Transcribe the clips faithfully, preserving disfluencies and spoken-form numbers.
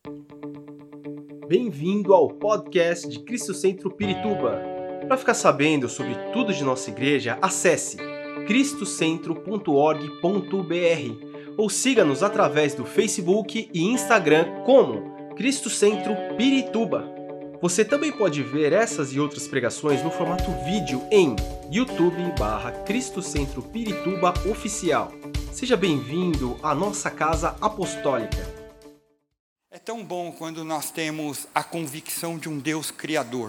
Bem-vindo ao podcast de Cristo Centro Pirituba. Para ficar sabendo sobre tudo de nossa igreja, acesse cristocentro ponto org ponto br ou siga-nos através do Facebook e Instagram como Cristo Centro Pirituba. Você também pode ver essas e outras pregações no formato vídeo em YouTube barra Cristo Centro Pirituba Oficial. Seja bem-vindo à nossa casa apostólica. É tão bom quando nós temos a convicção de um Deus criador.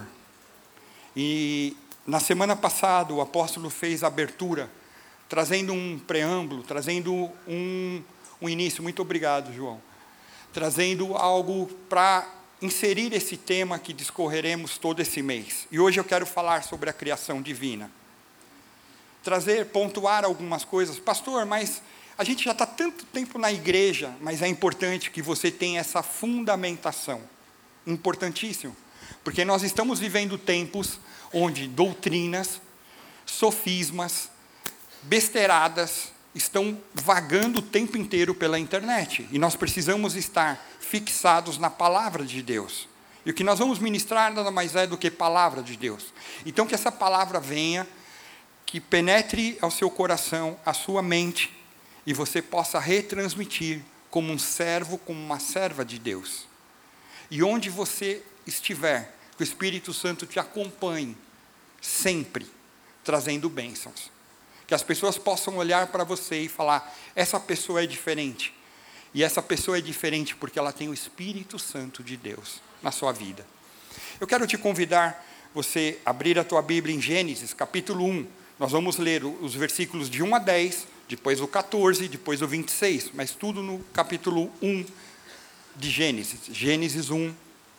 E na semana passada o apóstolo fez a abertura, trazendo um preâmbulo, trazendo um, um início. Muito obrigado, João. Trazendo algo para inserir esse tema que discorreremos todo esse mês. E hoje eu quero falar sobre a criação divina. Trazer, pontuar algumas coisas. Pastor, mas a gente já está tanto tempo na igreja, mas é importante que você tenha essa fundamentação. Importantíssimo. Porque nós estamos vivendo tempos onde doutrinas, sofismas, besteiradas estão vagando o tempo inteiro pela internet. E nós precisamos estar fixados na palavra de Deus. E o que nós vamos ministrar nada mais é do que palavra de Deus. Então que essa palavra venha, que penetre ao seu coração, à sua mente, e você possa retransmitir como um servo, como uma serva de Deus. E onde você estiver, que o Espírito Santo te acompanhe, sempre, trazendo bênçãos. Que as pessoas possam olhar para você e falar, essa pessoa é diferente. E essa pessoa é diferente porque ela tem o Espírito Santo de Deus na sua vida. Eu quero te convidar, você abrir a tua Bíblia em Gênesis, capítulo um. Nós vamos ler os versículos de um a dez, depois o catorze, depois o vinte e seis, mas tudo no capítulo um de Gênesis. Gênesis um.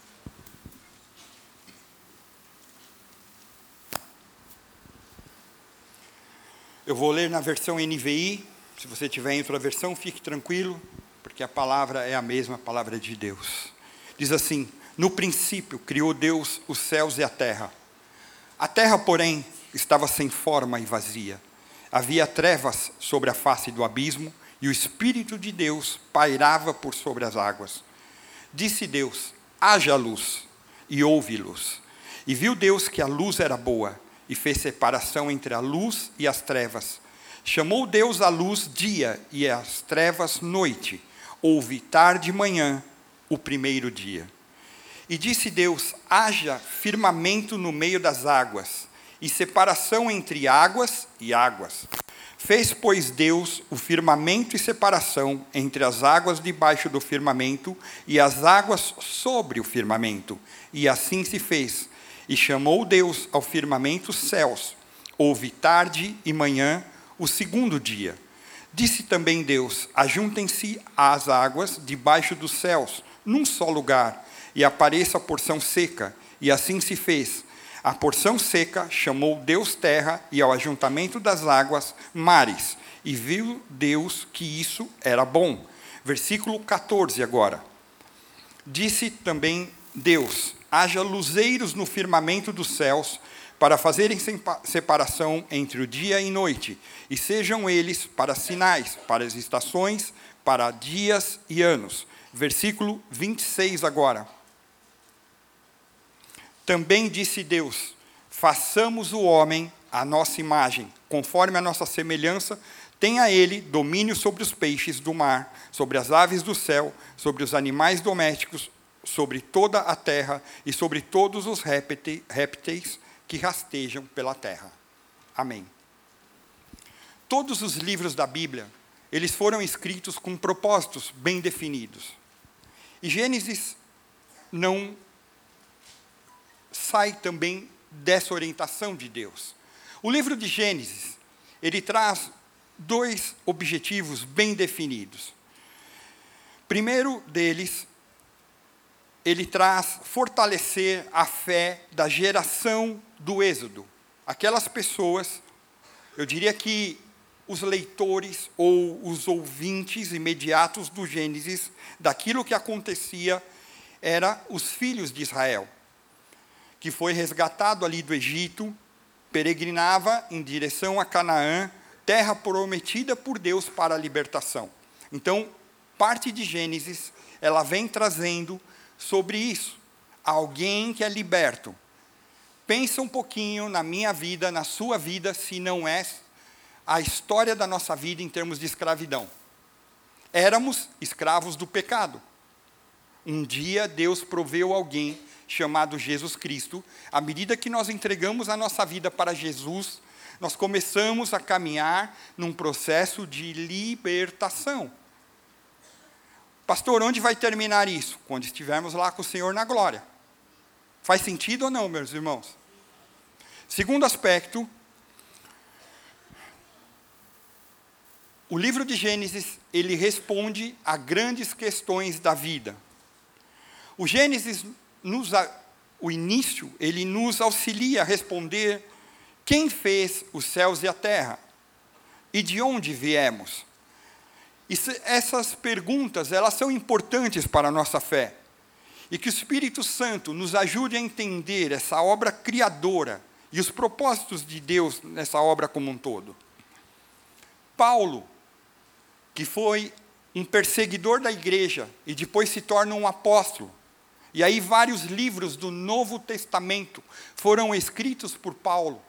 Eu vou ler na versão N V I, se você tiver em outra versão, fique tranquilo, porque a palavra é a mesma palavra de Deus. Diz assim, no princípio criou Deus os céus e a terra. A terra, porém, estava sem forma e vazia. Havia trevas sobre a face do abismo, e o Espírito de Deus pairava por sobre as águas. Disse Deus, haja luz, e houve luz. E viu Deus que a luz era boa, e fez separação entre a luz e as trevas. Chamou Deus a luz dia, e as trevas noite. Houve tarde e manhã, o primeiro dia. E disse Deus, haja firmamento no meio das águas, e separação entre águas e águas. Fez, pois, Deus o firmamento e separação entre as águas debaixo do firmamento e as águas sobre o firmamento. E assim se fez. E chamou Deus ao firmamento céus. Houve tarde e manhã, o segundo dia. Disse também Deus, ajuntem-se as águas debaixo dos céus, num só lugar, e apareça a porção seca. E assim se fez. A porção seca chamou Deus terra, e ao ajuntamento das águas, mares. E viu Deus que isso era bom. Versículo catorze agora. Disse também Deus, haja luzeiros no firmamento dos céus, para fazerem separação entre o dia e noite, e sejam eles para sinais, para as estações, para dias e anos. Versículo vinte e seis agora. Também disse Deus, façamos o homem à nossa imagem, conforme a nossa semelhança, tenha ele domínio sobre os peixes do mar, sobre as aves do céu, sobre os animais domésticos, sobre toda a terra e sobre todos os répteis que rastejam pela terra. Amém. Todos os livros da Bíblia, eles foram escritos com propósitos bem definidos. E Gênesis não sai também dessa orientação de Deus. O livro de Gênesis, ele traz dois objetivos bem definidos. Primeiro deles, ele traz fortalecer a fé da geração do Êxodo. Aquelas pessoas, eu diria que os leitores ou os ouvintes imediatos do Gênesis, daquilo que acontecia, eram os filhos de Israel, que foi resgatado ali do Egito, peregrinava em direção a Canaã, terra prometida por Deus para a libertação. Então, parte de Gênesis, ela vem trazendo sobre isso. Alguém que é liberto. Pensa um pouquinho na minha vida, na sua vida, se não é a história da nossa vida em termos de escravidão. Éramos escravos do pecado. Um dia Deus proveu alguém chamado Jesus Cristo. À medida que nós entregamos a nossa vida para Jesus, nós começamos a caminhar num processo de libertação. Pastor, onde vai terminar isso? Quando estivermos lá com o Senhor na glória. Faz sentido ou não, meus irmãos? Segundo aspecto, o livro de Gênesis, ele responde a grandes questões da vida. O Gênesis, nos, o início, ele nos auxilia a responder quem fez os céus e a terra e de onde viemos. E essas perguntas, elas são importantes para a nossa fé. E que o Espírito Santo nos ajude a entender essa obra criadora e os propósitos de Deus nessa obra como um todo. Paulo, que foi um perseguidor da igreja e depois se torna um apóstolo, e aí vários livros do Novo Testamento foram escritos por Paulo.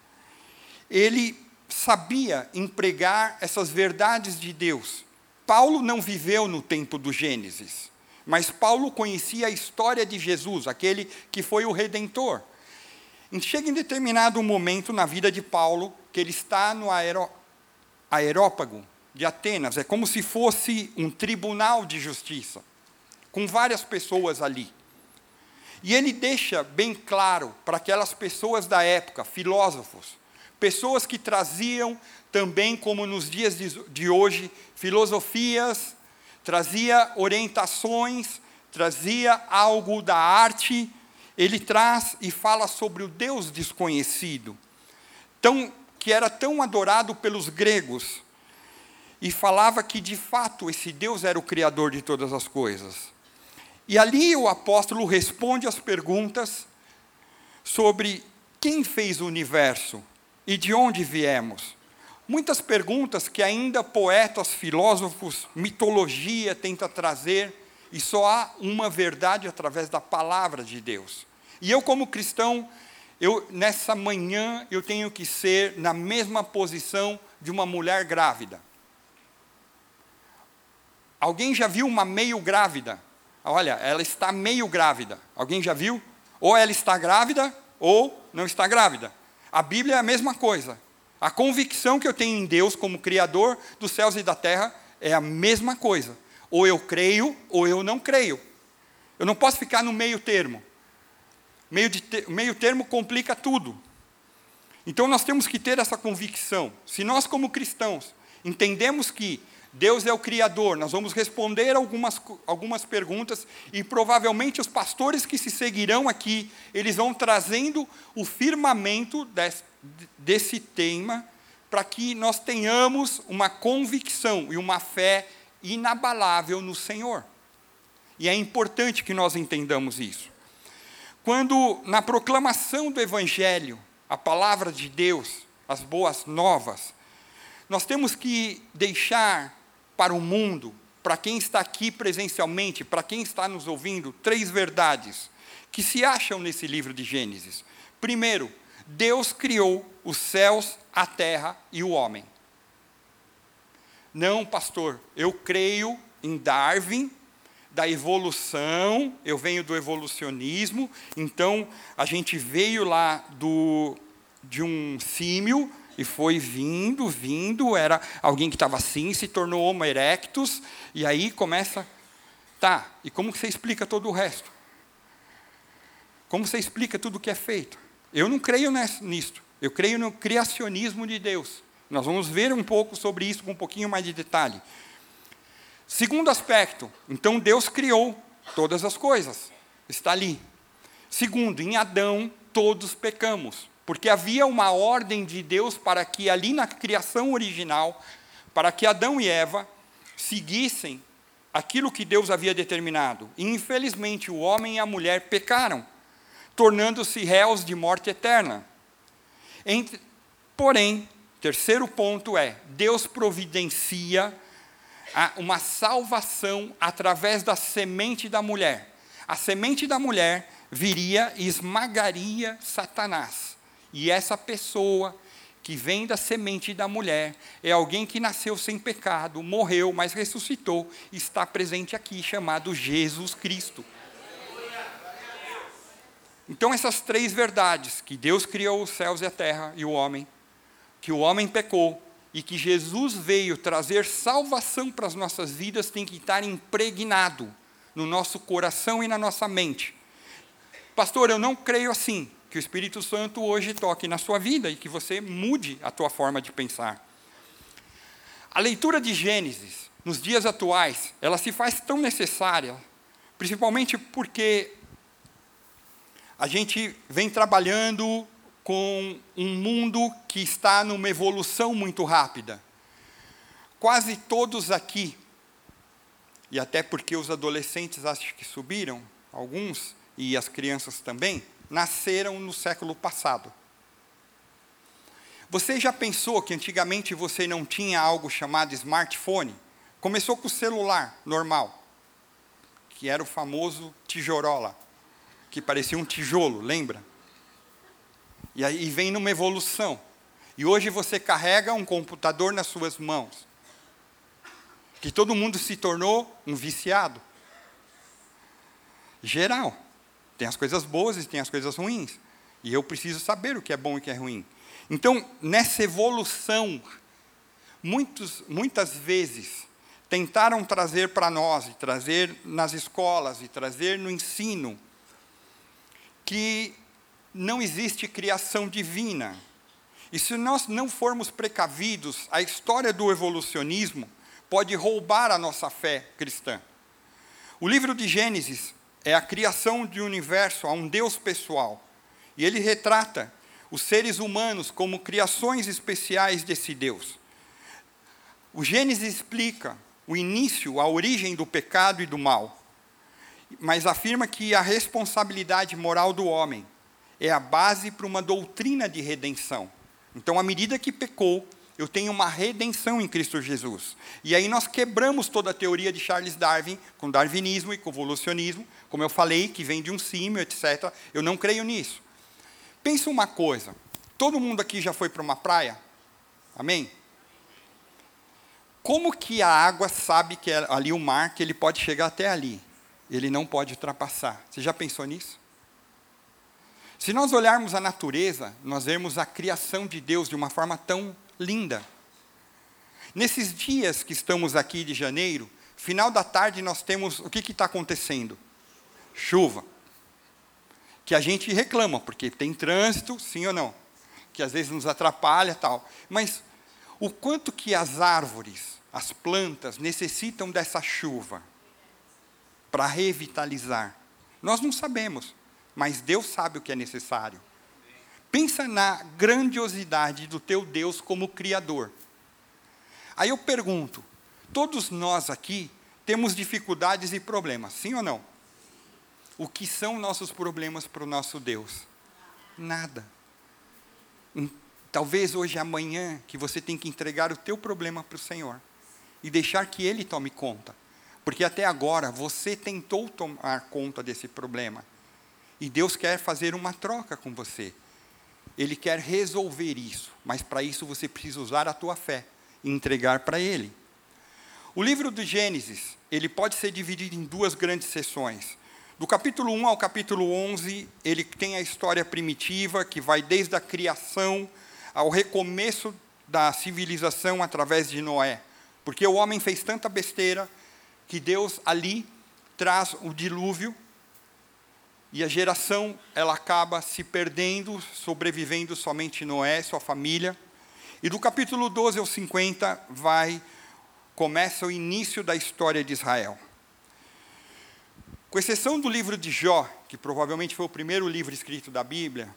Ele sabia empregar essas verdades de Deus. Paulo não viveu no tempo do Gênesis, mas Paulo conhecia a história de Jesus, aquele que foi o Redentor. E chega em determinado momento na vida de Paulo, que ele está no aeró, Aerópago de Atenas, é como se fosse um tribunal de justiça, com várias pessoas ali. E ele deixa bem claro para aquelas pessoas da época, filósofos, pessoas que traziam também, como nos dias de, de hoje, filosofias, trazia orientações, trazia algo da arte, ele traz e fala sobre o Deus desconhecido, tão, que era tão adorado pelos gregos, e falava que, de fato, esse Deus era o Criador de todas as coisas. E ali o apóstolo responde as perguntas sobre quem fez o universo e de onde viemos. Muitas perguntas que ainda poetas, filósofos, mitologia tenta trazer, e só há uma verdade através da palavra de Deus. E eu, como cristão, eu, nessa manhã, eu tenho que ser na mesma posição de uma mulher grávida. Alguém já viu uma meio grávida? Olha, ela está meio grávida. Alguém já viu? Ou ela está grávida, ou não está grávida. A Bíblia é a mesma coisa. A convicção que eu tenho em Deus como Criador dos céus e da terra é a mesma coisa. Ou eu creio, ou eu não creio. Eu não posso ficar no meio termo. Meio, de te, meio termo complica tudo. Então nós temos que ter essa convicção. Se nós, como cristãos, entendemos que Deus é o Criador, nós vamos responder algumas, algumas perguntas, e provavelmente os pastores que se seguirão aqui, eles vão trazendo o firmamento desse, desse tema, para que nós tenhamos uma convicção e uma fé inabalável no Senhor. E é importante que nós entendamos isso. Quando, na proclamação do Evangelho, a palavra de Deus, as boas novas, nós temos que deixar para o mundo, para quem está aqui presencialmente, para quem está nos ouvindo, três verdades que se acham nesse livro de Gênesis. Primeiro, Deus criou os céus, a terra e o homem. Não, pastor, eu creio em Darwin, da evolução, eu venho do evolucionismo, então a gente veio lá do, de um símio, e foi vindo, vindo, era alguém que estava assim, se tornou Homo erectus, e aí começa, tá, e como que você explica todo o resto? Como você explica tudo o que é feito? Eu não creio nisso, eu creio no criacionismo de Deus. Nós vamos ver um pouco sobre isso com um pouquinho mais de detalhe. Segundo aspecto, então Deus criou todas as coisas, está ali. Segundo, em Adão todos pecamos. Porque havia uma ordem de Deus para que ali na criação original, para que Adão e Eva seguissem aquilo que Deus havia determinado. E, infelizmente, o homem e a mulher pecaram, tornando-se réus de morte eterna. Entre, porém, terceiro ponto é, Deus providencia uma salvação através da semente da mulher. A semente da mulher viria e esmagaria Satanás. E essa pessoa que vem da semente da mulher é alguém que nasceu sem pecado, morreu, mas ressuscitou, e está presente aqui, chamado Jesus Cristo. Então essas três verdades, que Deus criou os céus e a terra e o homem, que o homem pecou, e que Jesus veio trazer salvação para as nossas vidas, tem que estar impregnado no nosso coração e na nossa mente. Pastor, eu não creio assim, que o Espírito Santo hoje toque na sua vida e que você mude a tua forma de pensar. A leitura de Gênesis, nos dias atuais, ela se faz tão necessária, principalmente porque a gente vem trabalhando com um mundo que está numa evolução muito rápida. Quase todos aqui, e até porque os adolescentes acho que subiram, alguns, e as crianças também, nasceram no século passado. Você já pensou que antigamente você não tinha algo chamado smartphone? Começou com o celular normal, que era o famoso tijorola, que parecia um tijolo, lembra? E aí vem numa evolução. E hoje você carrega um computador nas suas mãos. Que todo mundo se tornou um viciado. Geral. Tem as coisas boas e tem as coisas ruins. E eu preciso saber o que é bom e o que é ruim. Então, nessa evolução, muitos, muitas vezes, tentaram trazer para nós, e trazer nas escolas, e trazer no ensino, que não existe criação divina. E se nós não formos precavidos, a história do evolucionismo pode roubar a nossa fé cristã. O livro de Gênesis é a criação de um universo a um Deus pessoal. E ele retrata os seres humanos como criações especiais desse Deus. O Gênesis explica o início, a origem do pecado e do mal, mas afirma que a responsabilidade moral do homem é a base para uma doutrina de redenção. Então, à medida que pecou, eu tenho uma redenção em Cristo Jesus. E aí nós quebramos toda a teoria de Charles Darwin, com darwinismo e com evolucionismo, como eu falei, que vem de um símio, etcétera. Eu não creio nisso. Pensa uma coisa, todo mundo aqui já foi para uma praia? Amém? Como que a água sabe que é ali o mar, que ele pode chegar até ali? Ele não pode ultrapassar. Você já pensou nisso? Se nós olharmos a natureza, nós vemos a criação de Deus de uma forma tão linda. Nesses dias que estamos aqui de janeiro, final da tarde nós temos, o que está acontecendo? Chuva. Que a gente reclama, porque tem trânsito, sim ou não? Que às vezes nos atrapalha e tal. Mas o quanto que as árvores, as plantas, necessitam dessa chuva para revitalizar? Nós não sabemos. Mas Deus sabe o que é necessário. Pensa na grandiosidade do teu Deus como Criador. Aí eu pergunto, todos nós aqui temos dificuldades e problemas, sim ou não? O que são nossos problemas para o nosso Deus? Nada. Talvez hoje, amanhã, que você tem que entregar o teu problema para o Senhor. E deixar que Ele tome conta. Porque até agora, você tentou tomar conta desse problema. E Deus quer fazer uma troca com você. Ele quer resolver isso. Mas para isso você precisa usar a tua fé e entregar para Ele. O livro do Gênesis, ele pode ser dividido em duas grandes seções. Do capítulo um ao capítulo onze, ele tem a história primitiva, que vai desde a criação ao recomeço da civilização através de Noé. Porque o homem fez tanta besteira que Deus ali traz o dilúvio. E a geração, ela acaba se perdendo, sobrevivendo somente Noé, sua família. E do capítulo doze ao cinquenta, vai, começa o início da história de Israel. Com exceção do livro de Jó, que provavelmente foi o primeiro livro escrito da Bíblia,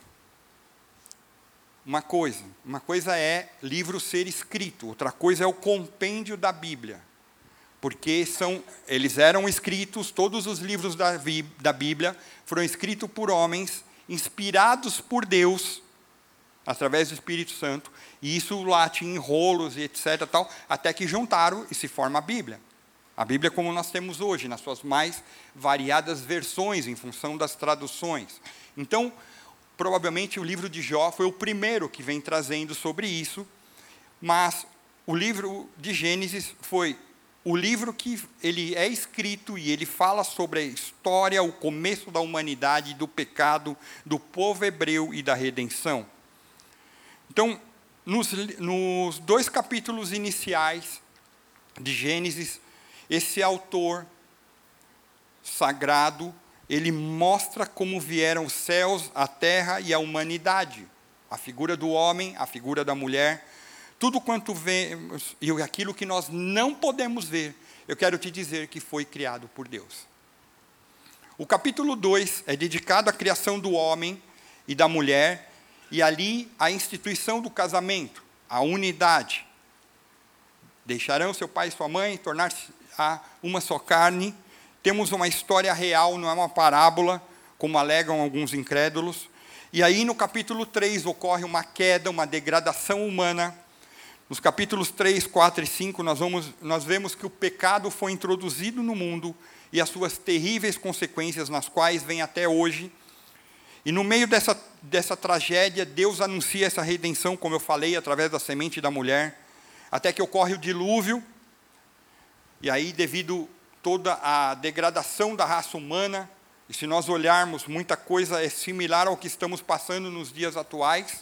uma coisa, uma coisa é livro ser escrito, outra coisa é o compêndio da Bíblia. Porque são, eles eram escritos, todos os livros da, da Bíblia foram escritos por homens, inspirados por Deus, através do Espírito Santo, e isso lá tinha enrolos e etc, tal, até que juntaram e se forma a Bíblia. A Bíblia como nós temos hoje, nas suas mais variadas versões, em função das traduções. Então, provavelmente o livro de Jó foi o primeiro que vem trazendo sobre isso, mas o livro de Gênesis foi o livro que ele é escrito e ele fala sobre a história, o começo da humanidade, do pecado, do povo hebreu e da redenção. Então, nos, nos dois capítulos iniciais de Gênesis, esse autor sagrado, ele mostra como vieram os céus, a terra e a humanidade. A figura do homem, a figura da mulher, tudo quanto vemos, e aquilo que nós não podemos ver, eu quero te dizer que foi criado por Deus. O capítulo dois é dedicado à criação do homem e da mulher, e ali a instituição do casamento, a unidade. Deixarão seu pai e sua mãe, tornar-se a uma só carne. Temos uma história real, não é uma parábola, como alegam alguns incrédulos. E aí no capítulo três ocorre uma queda, uma degradação humana. Nos capítulos três, quatro e cinco, nós, vamos, nós vemos que o pecado foi introduzido no mundo e as suas terríveis consequências, nas quais vem até hoje. E no meio dessa, dessa tragédia, Deus anuncia essa redenção, como eu falei, através da semente da mulher, até que ocorre o dilúvio. E aí, devido toda a degradação da raça humana, e se nós olharmos, muita coisa é similar ao que estamos passando nos dias atuais,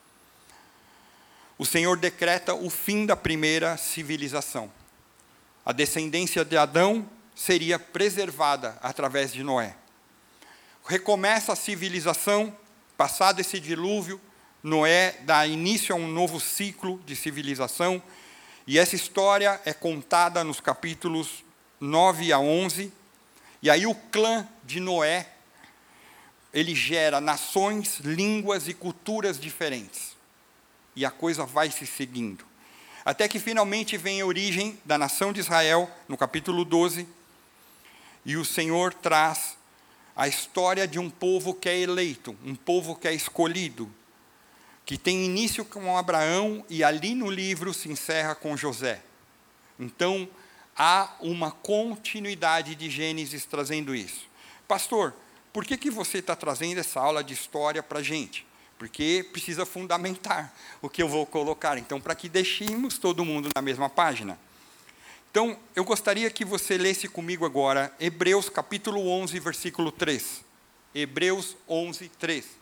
o Senhor decreta o fim da primeira civilização. A descendência de Adão seria preservada através de Noé. Recomeça a civilização, passado esse dilúvio, Noé dá início a um novo ciclo de civilização, e essa história é contada nos capítulos nove a onze, e aí o clã de Noé, ele gera nações, línguas e culturas diferentes. E a coisa vai se seguindo. Até que finalmente vem a origem da nação de Israel, no capítulo doze, e o Senhor traz a história de um povo que é eleito, um povo que é escolhido, que tem início com Abraão e ali no livro se encerra com José. Então, há uma continuidade de Gênesis trazendo isso. Pastor, por que, que você está trazendo essa aula de história para a gente? Porque precisa fundamentar o que eu vou colocar. Então, para que deixemos todo mundo na mesma página. Então, eu gostaria que você lesse comigo agora Hebreus capítulo onze, versículo três. Hebreus onze, três.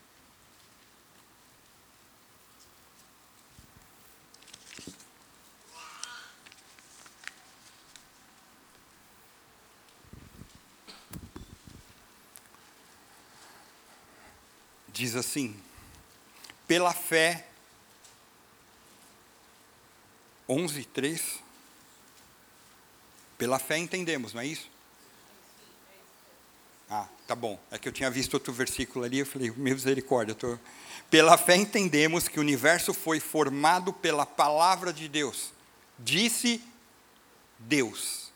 Diz assim: pela fé, onze, três, pela fé entendemos, não é isso? Ah, tá bom, é que eu tinha visto outro versículo ali, eu falei, misericórdia, eu tô... Pela fé entendemos que o universo foi formado pela palavra de Deus, disse Deus,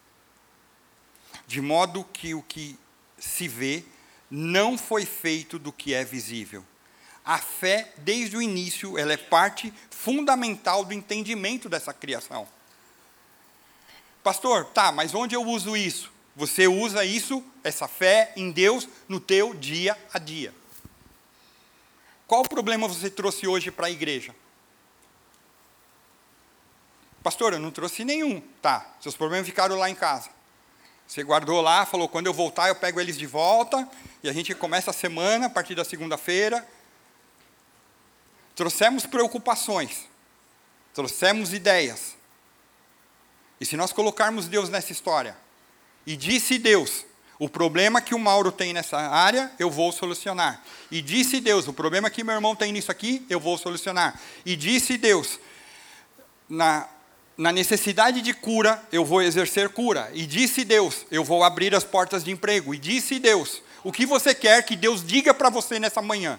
de modo que o que se vê não foi feito do que é visível. A fé, desde o início, ela é parte fundamental do entendimento dessa criação. Pastor, tá, mas onde eu uso isso? Você usa isso, essa fé em Deus, no teu dia a dia. Qual problema você trouxe hoje para a igreja? Pastor, eu não trouxe nenhum. Tá, seus problemas ficaram lá em casa. Você guardou lá, falou, quando eu voltar eu pego eles de volta, e a gente começa a semana, a partir da segunda-feira. Trouxemos preocupações, trouxemos ideias. E se nós colocarmos Deus nessa história, e disse Deus, o problema que o Mauro tem nessa área, eu vou solucionar. E disse Deus, o problema que meu irmão tem nisso aqui, eu vou solucionar. E disse Deus, na... Na necessidade de cura, eu vou exercer cura. E disse Deus, eu vou abrir as portas de emprego. E disse Deus, o que você quer que Deus diga para você nessa manhã?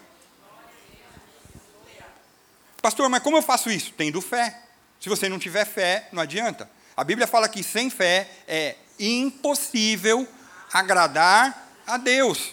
Pastor, mas como eu faço isso? Tendo fé. Se você não tiver fé, não adianta. A Bíblia fala que sem fé é impossível agradar a Deus.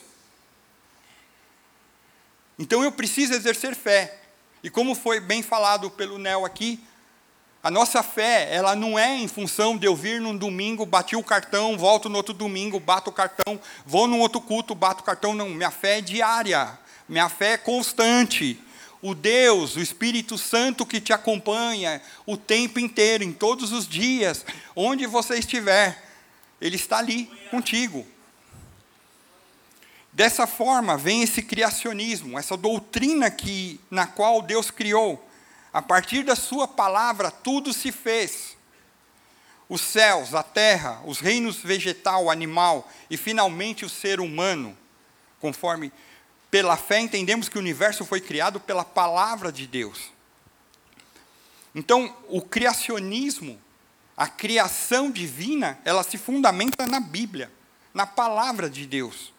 Então eu preciso exercer fé. E como foi bem falado pelo Nel aqui, A nossa fé, ela não é em função de eu vir num domingo, bati o cartão, volto no outro domingo, bato o cartão, vou num outro culto, bato o cartão. Não, minha fé é diária, minha fé é constante. O Deus, o Espírito Santo que te acompanha o tempo inteiro, em todos os dias, onde você estiver, Ele está ali contigo. Dessa forma, vem esse criacionismo, essa doutrina que, na qual Deus criou. A partir da sua palavra, tudo se fez. Os céus, a terra, os reinos vegetal, animal e, finalmente, o ser humano. Conforme, pela fé, entendemos que o universo foi criado pela palavra de Deus. Então, o criacionismo, a criação divina, ela se fundamenta na Bíblia, na palavra de Deus.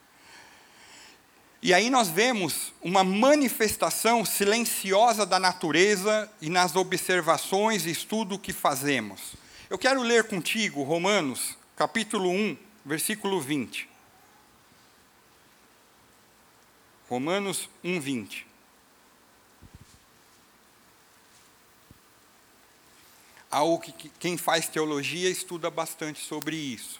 E aí nós vemos uma manifestação silenciosa da natureza e nas observações e estudo que fazemos. Eu quero ler contigo Romanos, capítulo um, versículo vinte. Romanos um, vinte. Algo que quem faz teologia estuda bastante sobre isso.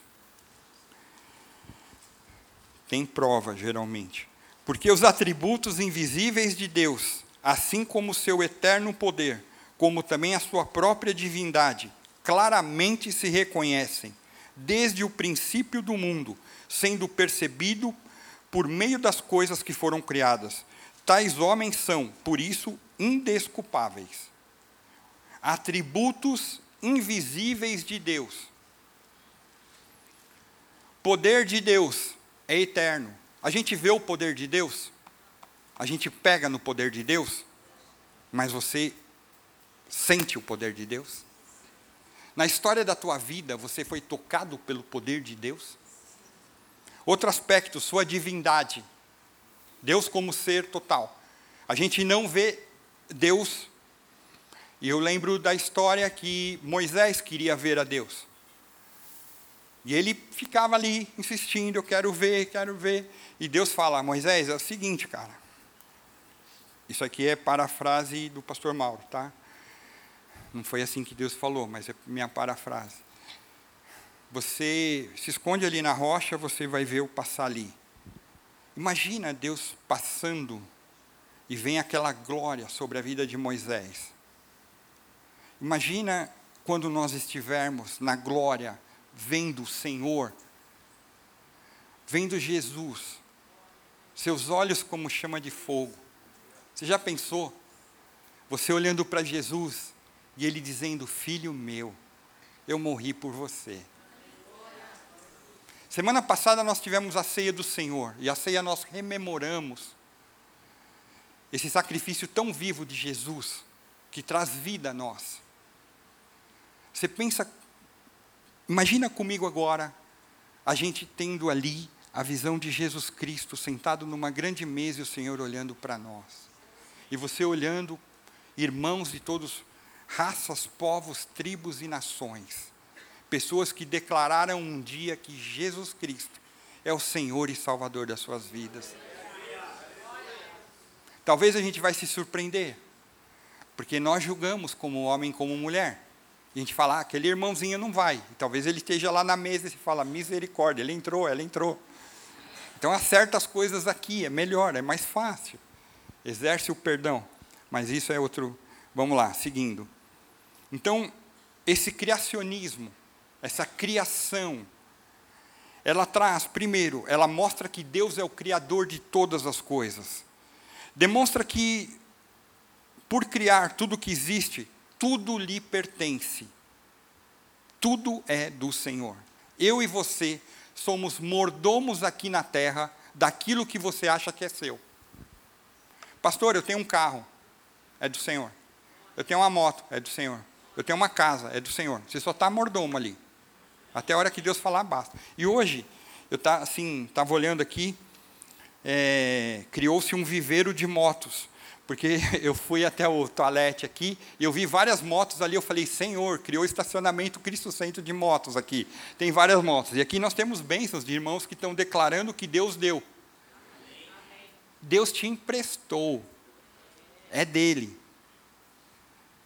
Tem prova, geralmente. Porque os atributos invisíveis de Deus, assim como o seu eterno poder, como também a sua própria divindade, claramente se reconhecem, desde o princípio do mundo, sendo percebido por meio das coisas que foram criadas. Tais homens são, por isso, indesculpáveis. Atributos invisíveis de Deus. Poder de Deus é eterno. A gente vê o poder de Deus, a gente pega no poder de Deus, mas você sente o poder de Deus? Na história da tua vida, você foi tocado pelo poder de Deus? Outro aspecto, sua divindade. Deus como ser total. A gente não vê Deus. E eu lembro da história que Moisés queria ver a Deus. E ele ficava ali, insistindo, eu quero ver, quero ver. E Deus fala, Moisés, é o seguinte, cara. Isso aqui é parafrase do pastor Mauro, tá? Não foi assim que Deus falou, mas é minha parafrase. Você se esconde ali na rocha, você vai ver eu passar ali. Imagina Deus passando e vem aquela glória sobre a vida de Moisés. Imagina quando nós estivermos na glória, vendo o Senhor, vendo Jesus, seus olhos como chama de fogo. Você já pensou? Você olhando para Jesus e Ele dizendo, filho meu, eu morri por você. Semana passada nós tivemos a ceia do Senhor, e a ceia nós rememoramos esse sacrifício tão vivo de Jesus, que traz vida a nós. Você pensa, imagina comigo agora, a gente tendo ali a visão de Jesus Cristo, sentado numa grande mesa e o Senhor olhando para nós. E você olhando, irmãos de todos, raças, povos, tribos e nações. Pessoas que declararam um dia que Jesus Cristo é o Senhor e Salvador das suas vidas. Talvez a gente vai se surpreender, porque nós julgamos como homem, como mulher. E a gente fala, ah, aquele irmãozinho não vai. E talvez ele esteja lá na mesa e se fala, misericórdia, ele entrou, ela entrou. Então acerta as coisas aqui, é melhor, é mais fácil. Exerce o perdão. Mas isso é outro, vamos lá, seguindo. Então, esse criacionismo, essa criação, ela traz, primeiro, ela mostra que Deus é o Criador de todas as coisas. Demonstra que, por criar tudo que existe, tudo lhe pertence. Tudo é do Senhor. Eu e você somos mordomos aqui na terra daquilo que você acha que é seu. Pastor, eu tenho um carro, é do Senhor. Eu tenho uma moto, é do Senhor. Eu tenho uma casa, é do Senhor. Você só está mordomo ali. Até a hora que Deus falar, basta. E hoje, eu tá, assim, estava olhando aqui, é, criou-se um viveiro de motos. Porque eu fui até o toalete aqui, e eu vi várias motos ali, eu falei, Senhor, criou estacionamento Cristo Centro de motos aqui. Tem várias motos. E aqui nós temos bênçãos de irmãos que estão declarando que Deus deu. Deus te emprestou. É dele.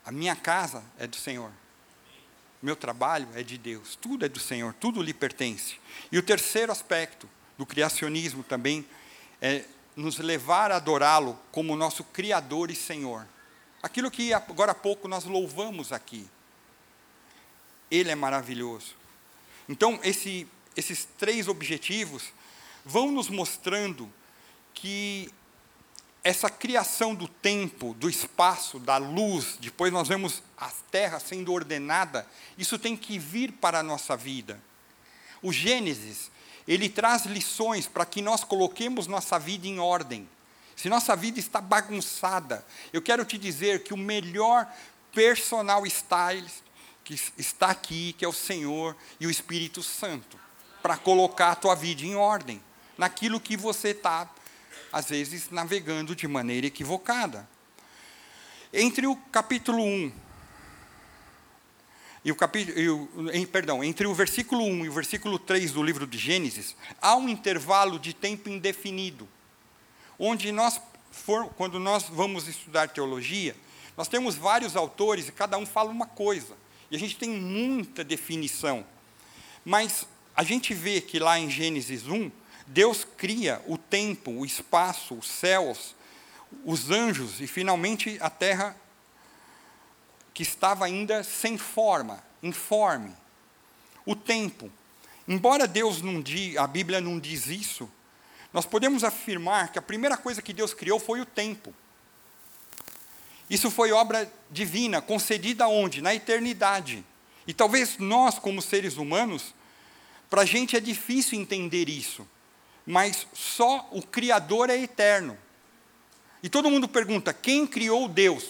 A minha casa é do Senhor. Meu trabalho é de Deus. Tudo é do Senhor, tudo lhe pertence. E o terceiro aspecto do criacionismo também é nos levar a adorá-lo como nosso Criador e Senhor. Aquilo que agora há pouco nós louvamos aqui. Ele é maravilhoso. Então, esse, esses três objetivos vão nos mostrando que essa criação do tempo, do espaço, da luz, depois nós vemos a terra sendo ordenada, isso tem que vir para a nossa vida. O Gênesis, ele traz lições para que nós coloquemos nossa vida em ordem. Se nossa vida está bagunçada, eu quero te dizer que o melhor personal stylist que está aqui, que é o Senhor e o Espírito Santo, para colocar a tua vida em ordem, naquilo que você está, às vezes, navegando de maneira equivocada. Entre o capítulo um, e o capítulo, e o, em, perdão, entre o versículo um e o versículo três do livro de Gênesis, há um intervalo de tempo indefinido, onde nós, for, quando nós vamos estudar teologia, nós temos vários autores e cada um fala uma coisa, e a gente tem muita definição, mas a gente vê que lá em Gênesis um, Deus cria o tempo, o espaço, os céus, os anjos e finalmente a terra que estava ainda sem forma, informe. O tempo. Embora Deus não diga, a Bíblia não diz isso, nós podemos afirmar que a primeira coisa que Deus criou foi o tempo. Isso foi obra divina, concedida onde? Na eternidade. E talvez nós, como seres humanos, para a gente é difícil entender isso. Mas só o Criador é eterno. E todo mundo pergunta, quem criou Deus?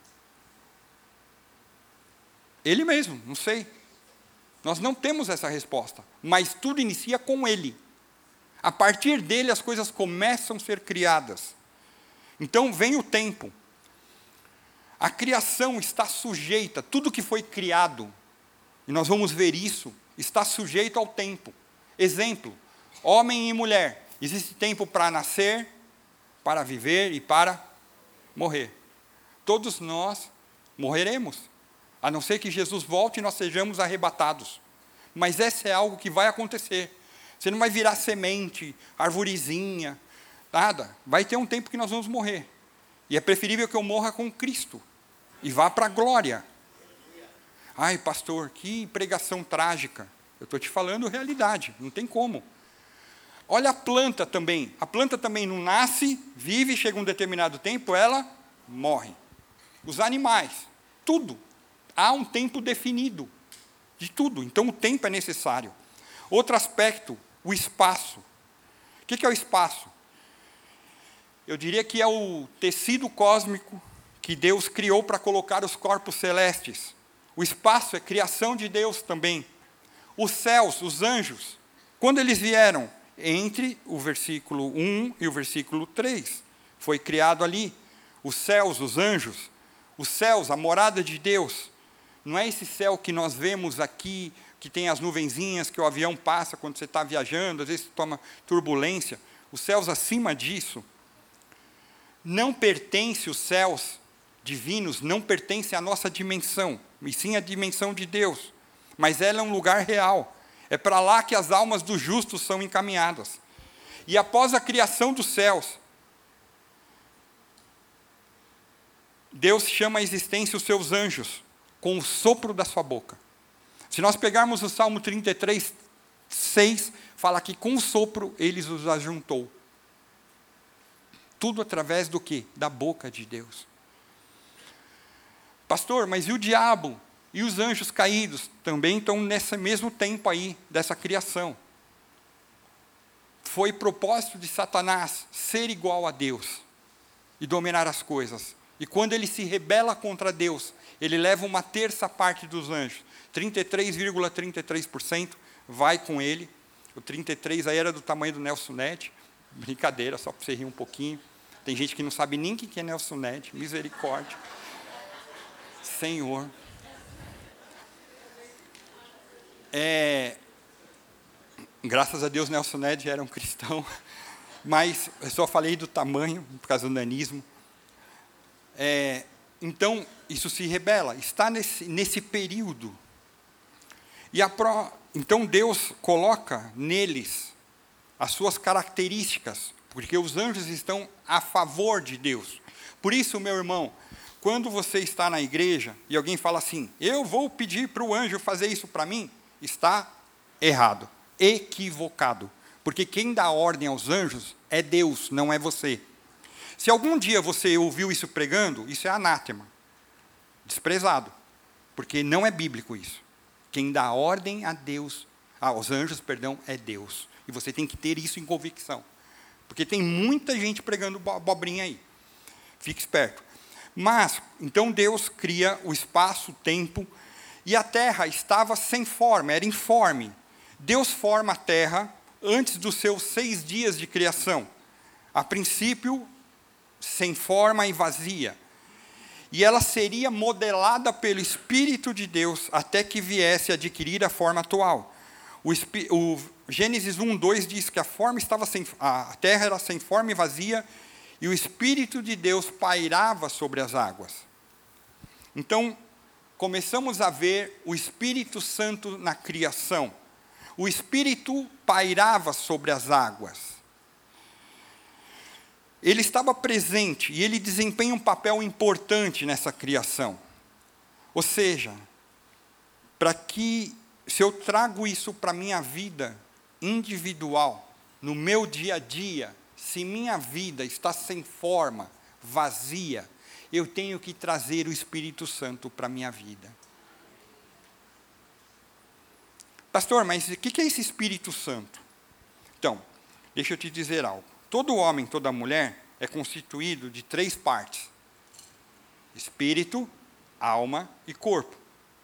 Ele mesmo, não sei. Nós não temos essa resposta, mas tudo inicia com Ele. A partir dele as coisas começam a ser criadas. Então vem o tempo. A criação está sujeita, tudo que foi criado, e nós vamos ver isso, está sujeito ao tempo. Exemplo, homem e mulher, existe tempo para nascer, para viver e para morrer. Todos nós morreremos, a não ser que Jesus volte e nós sejamos arrebatados. Mas esse é algo que vai acontecer. Você não vai virar semente, arvorezinha, nada. Vai ter um tempo que nós vamos morrer. E é preferível que eu morra com Cristo e vá para a glória. Ai, pastor, que pregação trágica. Eu estou te falando realidade, não tem como. Olha a planta também. A planta também não nasce, vive, chega um determinado tempo, ela morre. Os animais, tudo. Há um tempo definido de tudo. Então, o tempo é necessário. Outro aspecto, o espaço. O que é o espaço? Eu diria que é o tecido cósmico que Deus criou para colocar os corpos celestes. O espaço é criação de Deus também. Os céus, os anjos, quando eles vieram? Entre o versículo um e o versículo três. Foi criado ali. Os céus, os anjos. Os céus, a morada de Deus. Não é esse céu que nós vemos aqui, que tem as nuvenzinhas, que o avião passa quando você está viajando, às vezes toma turbulência. Os céus acima disso. Não pertence, os céus divinos, não pertence à nossa dimensão, e sim à dimensão de Deus. Mas ela é um lugar real. É para lá que as almas dos justos são encaminhadas. E após a criação dos céus, Deus chama à existência os seus anjos, com o sopro da sua boca. Se nós pegarmos o Salmo trinta e três, seis, fala que com o sopro eles os ajuntou. Tudo através do quê? Da boca de Deus. Pastor, mas e o diabo? E os anjos caídos? Também estão nesse mesmo tempo aí, dessa criação. Foi propósito de Satanás ser igual a Deus e dominar as coisas. E quando ele se rebela contra Deus, ele leva uma terça parte dos anjos. trinta e três vírgula trinta e três por cento vai com ele. O trinta e três aí era do tamanho do Nelson Ned. Brincadeira, só para você rir um pouquinho. Tem gente que não sabe nem o que é Nelson Ned. Misericórdia. Senhor. É, graças a Deus, Nelson Ned era um cristão. Mas eu só falei do tamanho, por causa do nanismo. É, então, isso se rebela, está nesse, nesse período. E a pro, então Deus coloca neles as suas características, porque os anjos estão a favor de Deus. Por isso, meu irmão, quando você está na igreja e alguém fala assim, eu vou pedir para o anjo fazer isso para mim, está errado, equivocado. Porque quem dá ordem aos anjos é Deus, não é você. Se algum dia você ouviu isso pregando, isso é anátema, desprezado, porque não é bíblico isso. Quem dá ordem a Deus, aos anjos, perdão, é Deus. E você tem que ter isso em convicção. Porque tem muita gente pregando abobrinha aí. Fique esperto. Mas, então Deus cria o espaço, o tempo, e a terra estava sem forma, era informe. Deus forma a terra antes dos seus seis dias de criação. A princípio, sem forma e vazia. E ela seria modelada pelo Espírito de Deus até que viesse a adquirir a forma atual. O, o Gênesis um, dois diz que a, forma estava sem, a terra era sem forma e vazia, e o Espírito de Deus pairava sobre as águas. Então, começamos a ver o Espírito Santo na criação. O Espírito pairava sobre as águas. Ele estava presente e ele desempenha um papel importante nessa criação. Ou seja, para que, se eu trago isso para a minha vida individual, no meu dia a dia, se minha vida está sem forma, vazia, eu tenho que trazer o Espírito Santo para a minha vida. Pastor, mas o que é esse Espírito Santo? Então, deixa eu te dizer algo. Todo homem, toda mulher é constituído de três partes: espírito, alma e corpo.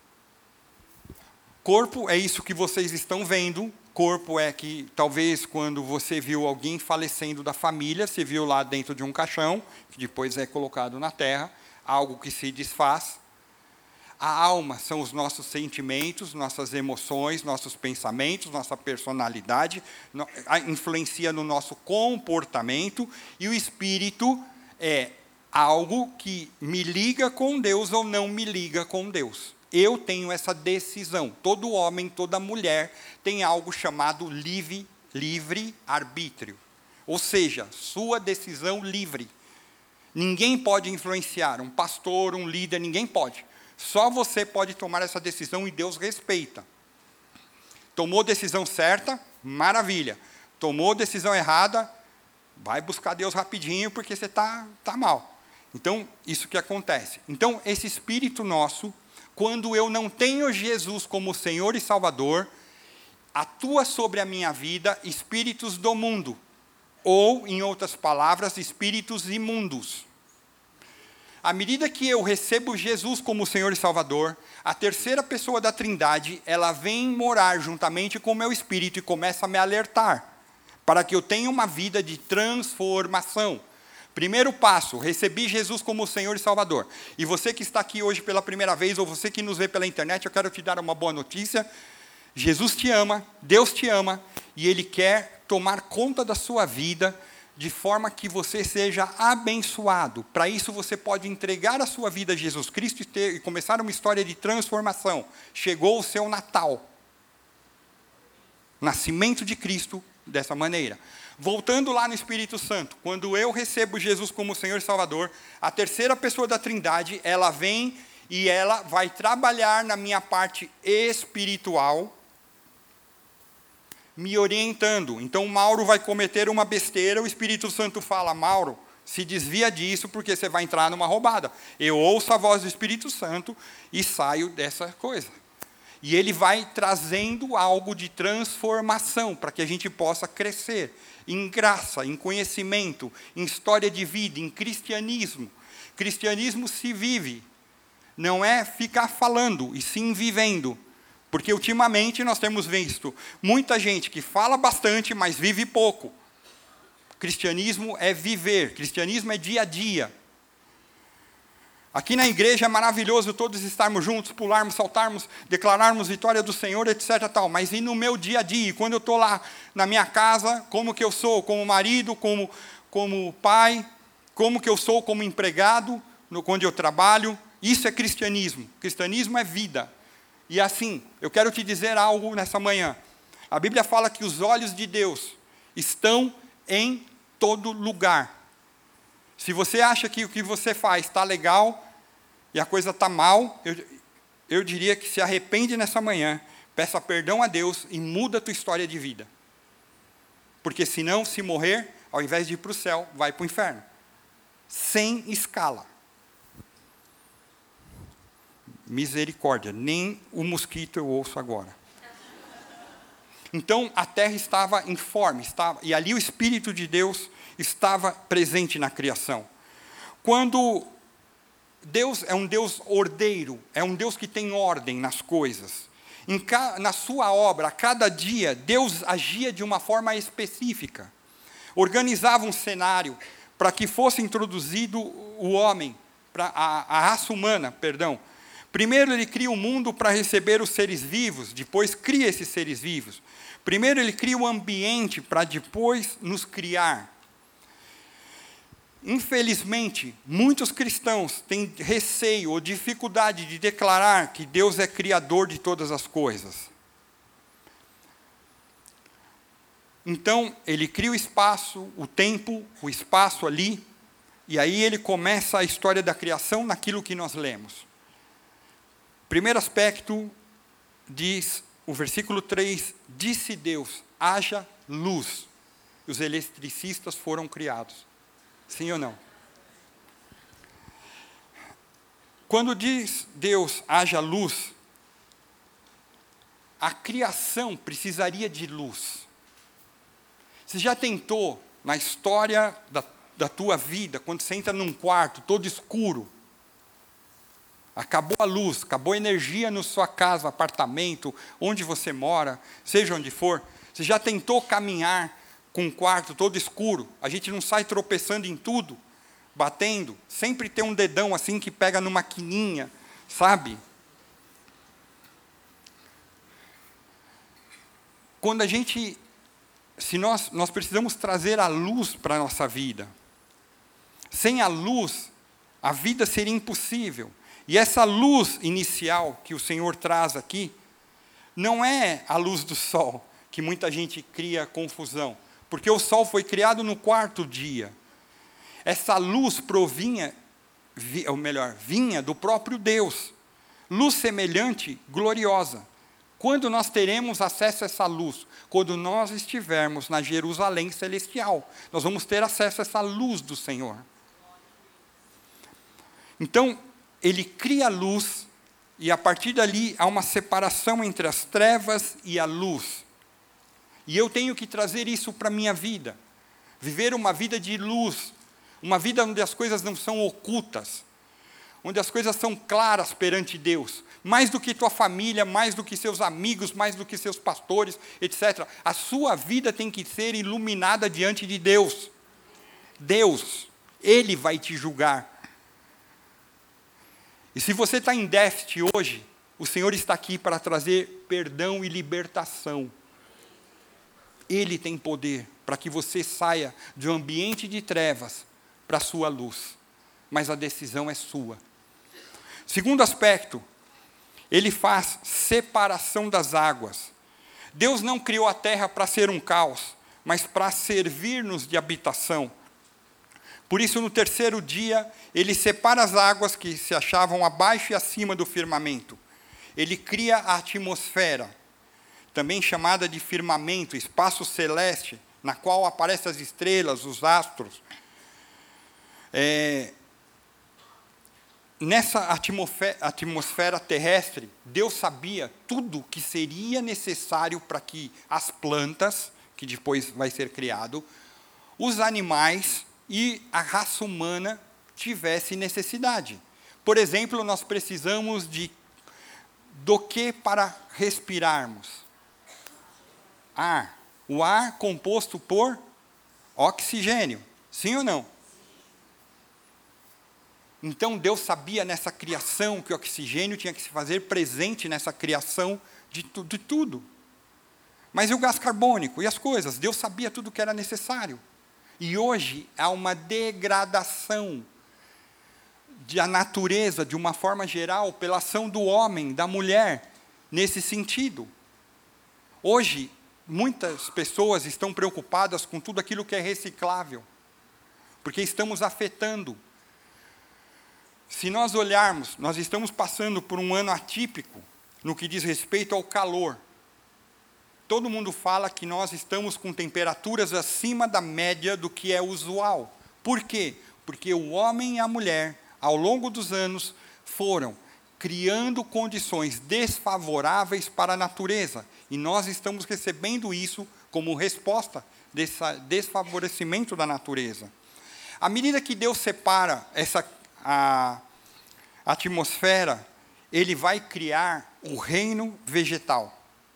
Corpo é isso que vocês estão vendo. Corpo é que, talvez, quando você viu alguém falecendo da família, você viu lá dentro de um caixão, que depois é colocado na terra, algo que se desfaz. A alma são os nossos sentimentos, nossas emoções, nossos pensamentos, nossa personalidade, no, influencia no nosso comportamento. E o espírito é algo que me liga com Deus ou não me liga com Deus. Eu tenho essa decisão. Todo homem, toda mulher tem algo chamado livre, livre arbítrio. Ou seja, sua decisão livre. Ninguém pode influenciar, um pastor, um líder, ninguém pode. Só você pode tomar essa decisão e Deus respeita. Tomou decisão certa? Maravilha. Tomou decisão errada? Vai buscar Deus rapidinho porque você está tá mal. Então, isso que acontece. Então, esse espírito nosso, quando eu não tenho Jesus como Senhor e Salvador, atua sobre a minha vida espíritos do mundo. Ou, em outras palavras, espíritos imundos. À medida que eu recebo Jesus como Senhor e Salvador, a terceira pessoa da Trindade, ela vem morar juntamente com o meu espírito e começa a me alertar, para que eu tenha uma vida de transformação. Primeiro passo, recebi Jesus como Senhor e Salvador. E você que está aqui hoje pela primeira vez, ou você que nos vê pela internet, eu quero te dar uma boa notícia. Jesus te ama, Deus te ama, e Ele quer tomar conta da sua vida, de forma que você seja abençoado. Para isso, você pode entregar a sua vida a Jesus Cristo e, ter, e começar uma história de transformação. Chegou o seu Natal. Nascimento de Cristo dessa maneira. Voltando lá no Espírito Santo, quando eu recebo Jesus como Senhor e Salvador, a terceira pessoa da Trindade, ela vem e ela vai trabalhar na minha parte espiritual, me orientando. Então, Mauro vai cometer uma besteira, o Espírito Santo fala, Mauro, se desvia disso, porque você vai entrar numa roubada. Eu ouço a voz do Espírito Santo e saio dessa coisa. E ele vai trazendo algo de transformação, para que a gente possa crescer em graça, em conhecimento, em história de vida, em cristianismo. Cristianismo se vive, não é ficar falando, e sim vivendo. Porque ultimamente nós temos visto muita gente que fala bastante, mas vive pouco. Cristianismo é viver, cristianismo é dia a dia. Aqui na igreja é maravilhoso todos estarmos juntos, pularmos, saltarmos, declararmos vitória do Senhor, etc. Tal. Mas e no meu dia a dia, quando eu estou lá na minha casa, como que eu sou como marido, como, como pai, como que eu sou como empregado, no, onde eu trabalho. Isso é cristianismo. Cristianismo é vida. E assim, eu quero te dizer algo nessa manhã. A Bíblia fala que os olhos de Deus estão em todo lugar. Se você acha que o que você faz está legal e a coisa está mal, eu, eu diria que se arrepende nessa manhã, peça perdão a Deus e muda a tua história de vida. Porque senão, se morrer, ao invés de ir para o céu, vai para o inferno. Sem escala. Misericórdia, nem o mosquito eu ouço agora. Então, a terra estava informe, estava, e ali o Espírito de Deus estava presente na criação. Quando Deus é um Deus ordeiro, é um Deus que tem ordem nas coisas. Em ca, na sua obra, a cada dia, Deus agia de uma forma específica. Organizava um cenário para que fosse introduzido o homem, para a, a raça humana, perdão. Primeiro ele cria o mundo para receber os seres vivos, depois cria esses seres vivos. Primeiro ele cria o ambiente para depois nos criar. Infelizmente, muitos cristãos têm receio ou dificuldade de declarar que Deus é criador de todas as coisas. Então, ele cria o espaço, o tempo, o espaço ali, e aí ele começa a história da criação naquilo que nós lemos. Primeiro aspecto, diz o versículo três, disse Deus, haja luz. Os eletricistas foram criados. Sim ou não? Quando diz Deus, haja luz, a criação precisaria de luz. Você já tentou, na história da, da tua vida, quando você entra num quarto todo escuro, acabou a luz, acabou a energia na sua casa, apartamento, onde você mora, seja onde for, você já tentou caminhar com um quarto todo escuro? A gente não sai tropeçando em tudo, batendo, sempre tem um dedão assim que pega numa quininha, sabe? Quando a gente, se nós, nós precisamos trazer a luz para a nossa vida. Sem a luz, a vida seria impossível. E essa luz inicial que o Senhor traz aqui, não é a luz do sol, que muita gente cria confusão, porque o sol foi criado no quarto dia. Essa luz provinha, ou melhor, vinha do próprio Deus. Luz semelhante, gloriosa. Quando nós teremos acesso a essa luz? Quando nós estivermos na Jerusalém celestial. Nós vamos ter acesso a essa luz do Senhor. Então, ele cria a luz, e a partir dali há uma separação entre as trevas e a luz. E eu tenho que trazer isso para a minha vida. Viver uma vida de luz, uma vida onde as coisas não são ocultas, onde as coisas são claras perante Deus, mais do que tua família, mais do que seus amigos, mais do que seus pastores, etcétera. A sua vida tem que ser iluminada diante de Deus. Deus, Ele vai te julgar. E se você está em déficit hoje, o Senhor está aqui para trazer perdão e libertação. Ele tem poder para que você saia de um ambiente de trevas para a sua luz. Mas a decisão é sua. Segundo aspecto, ele faz separação das águas. Deus não criou a terra para ser um caos, mas para servir-nos de habitação. Por isso, no terceiro dia, ele separa as águas que se achavam abaixo e acima do firmamento. Ele cria a atmosfera, também chamada de firmamento, espaço celeste, na qual aparecem as estrelas, os astros. É, nessa atmosfera, atmosfera terrestre, Deus sabia tudo que seria necessário para que as plantas, que depois vai ser criado, os animais e a raça humana tivesse necessidade. Por exemplo, nós precisamos de do que para respirarmos? Ar. O ar composto por oxigênio. Sim ou não? Então Deus sabia nessa criação que o oxigênio tinha que se fazer presente nessa criação de, tu, de tudo. Mas e o gás carbônico? E as coisas? Deus sabia tudo o que era necessário. E hoje há uma degradação da natureza, de uma forma geral, pela ação do homem, da mulher, nesse sentido. Hoje, muitas pessoas estão preocupadas com tudo aquilo que é reciclável, porque estamos afetando. Se nós olharmos, nós estamos passando por um ano atípico, no que diz respeito ao calor. Todo mundo fala que nós estamos com temperaturas acima da média do que é usual. Por quê? Porque o homem e a mulher, ao longo dos anos, foram criando condições desfavoráveis para a natureza. E nós estamos recebendo isso como resposta desse desfavorecimento da natureza. À medida que Deus separa essa a atmosfera, Ele vai criar o reino vegetal.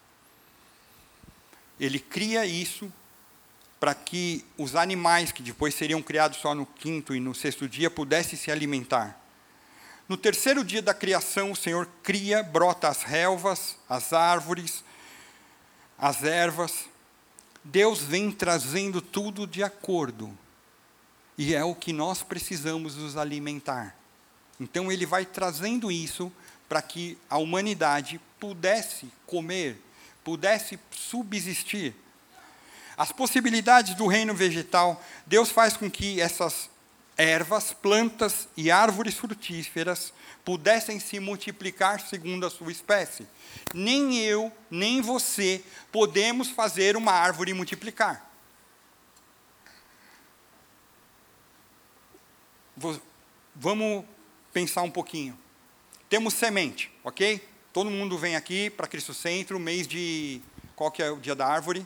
Ele cria isso para que os animais, que depois seriam criados só no quinto e no sexto dia, pudessem se alimentar. No terceiro dia da criação, o Senhor cria, brota as relvas, as árvores, as ervas. Deus vem trazendo tudo de acordo. E é o que nós precisamos nos alimentar. Então, Ele vai trazendo isso para que a humanidade pudesse comer, pudesse subsistir. As possibilidades do reino vegetal, Deus faz com que essas ervas, plantas e árvores frutíferas pudessem se multiplicar segundo a sua espécie. Nem eu, nem você podemos fazer uma árvore multiplicar. Vamos pensar um pouquinho. Temos semente, ok? Todo mundo vem aqui para Cristo Centro, mês de... Qual que é o dia da árvore?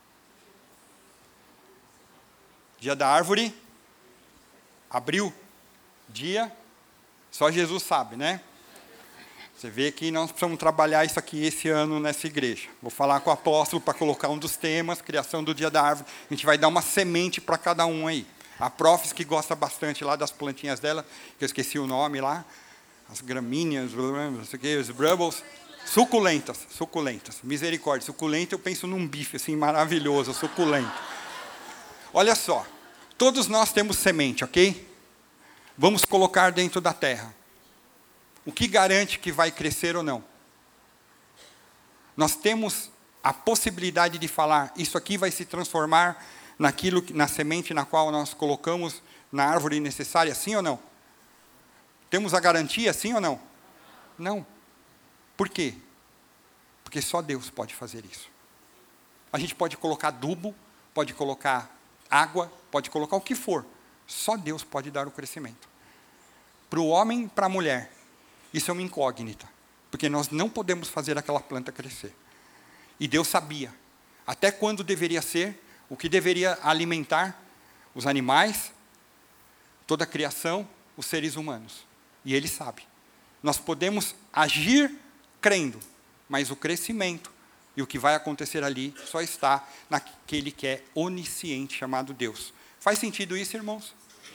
Dia da árvore? Abril? Dia? Só Jesus sabe, né? Você vê que nós precisamos trabalhar isso aqui esse ano nessa igreja. Vou falar com o apóstolo para colocar um dos temas, criação do dia da árvore. A gente vai dar uma semente para cada um aí. A Profis, que gosta bastante lá das plantinhas dela, que eu esqueci o nome lá, as gramíneas, não sei o que, os brubbles, suculentas, suculentas, misericórdia, suculenta, eu penso num bife assim maravilhoso, suculento. Olha só, todos nós temos semente, ok? Vamos colocar dentro da terra. O que garante que vai crescer ou não? Nós temos a possibilidade de falar, isso aqui vai se transformar naquilo, na semente na qual nós colocamos na árvore necessária, sim ou não? Temos a garantia, sim ou não? Não. Por quê? Porque só Deus pode fazer isso. A gente pode colocar adubo, pode colocar água, pode colocar o que for. Só Deus pode dar o crescimento. Para o homem e para a mulher, isso é uma incógnita. Porque nós não podemos fazer aquela planta crescer. E Deus sabia até quando deveria ser, o que deveria alimentar os animais, toda a criação, os seres humanos. E Ele sabe. Nós podemos agir crendo, mas o crescimento e o que vai acontecer ali só está naquele que é onisciente, chamado Deus. Faz sentido isso, irmãos?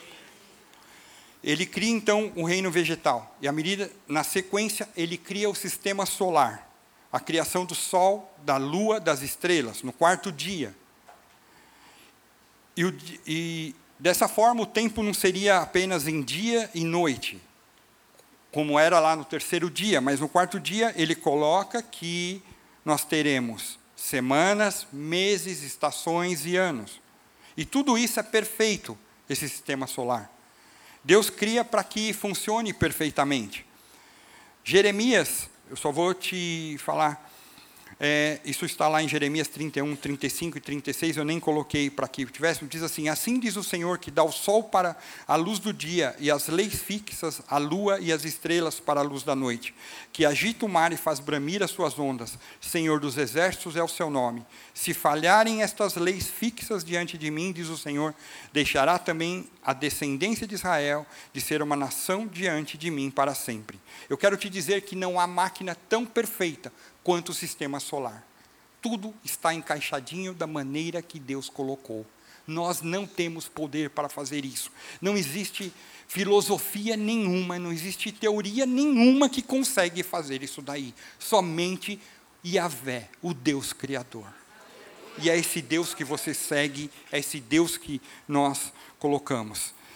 Ele cria, então, o reino vegetal. E, à medida, na sequência, ele cria o sistema solar. A criação do sol, da lua, das estrelas, no quarto dia. E, o, e dessa forma, o tempo não seria apenas em dia e noite, como era lá no terceiro dia, mas no quarto dia ele coloca que nós teremos semanas, meses, estações e anos. E tudo isso é perfeito, esse sistema solar. Deus cria para que funcione perfeitamente. Jeremias, eu só vou te falar, é, isso está lá em Jeremias trinta e um, trinta e cinco e trinta e seis, eu nem coloquei para que tivesse, diz assim, assim diz o Senhor que dá o sol para a luz do dia e as leis fixas, a lua e as estrelas para a luz da noite, que agita o mar e faz bramir as suas ondas, Senhor dos exércitos é o seu nome. Se falharem estas leis fixas diante de mim, diz o Senhor, deixará também a descendência de Israel de ser uma nação diante de mim para sempre. Eu quero te dizer que não há máquina tão perfeita quanto o sistema solar. Tudo está encaixadinho da maneira que Deus colocou. Nós não temos poder para fazer isso. Não existe filosofia nenhuma, não existe teoria nenhuma que consegue fazer isso daí. Somente Yahvé, o Deus Criador. E é esse Deus que você segue, é esse Deus que nós colocamos.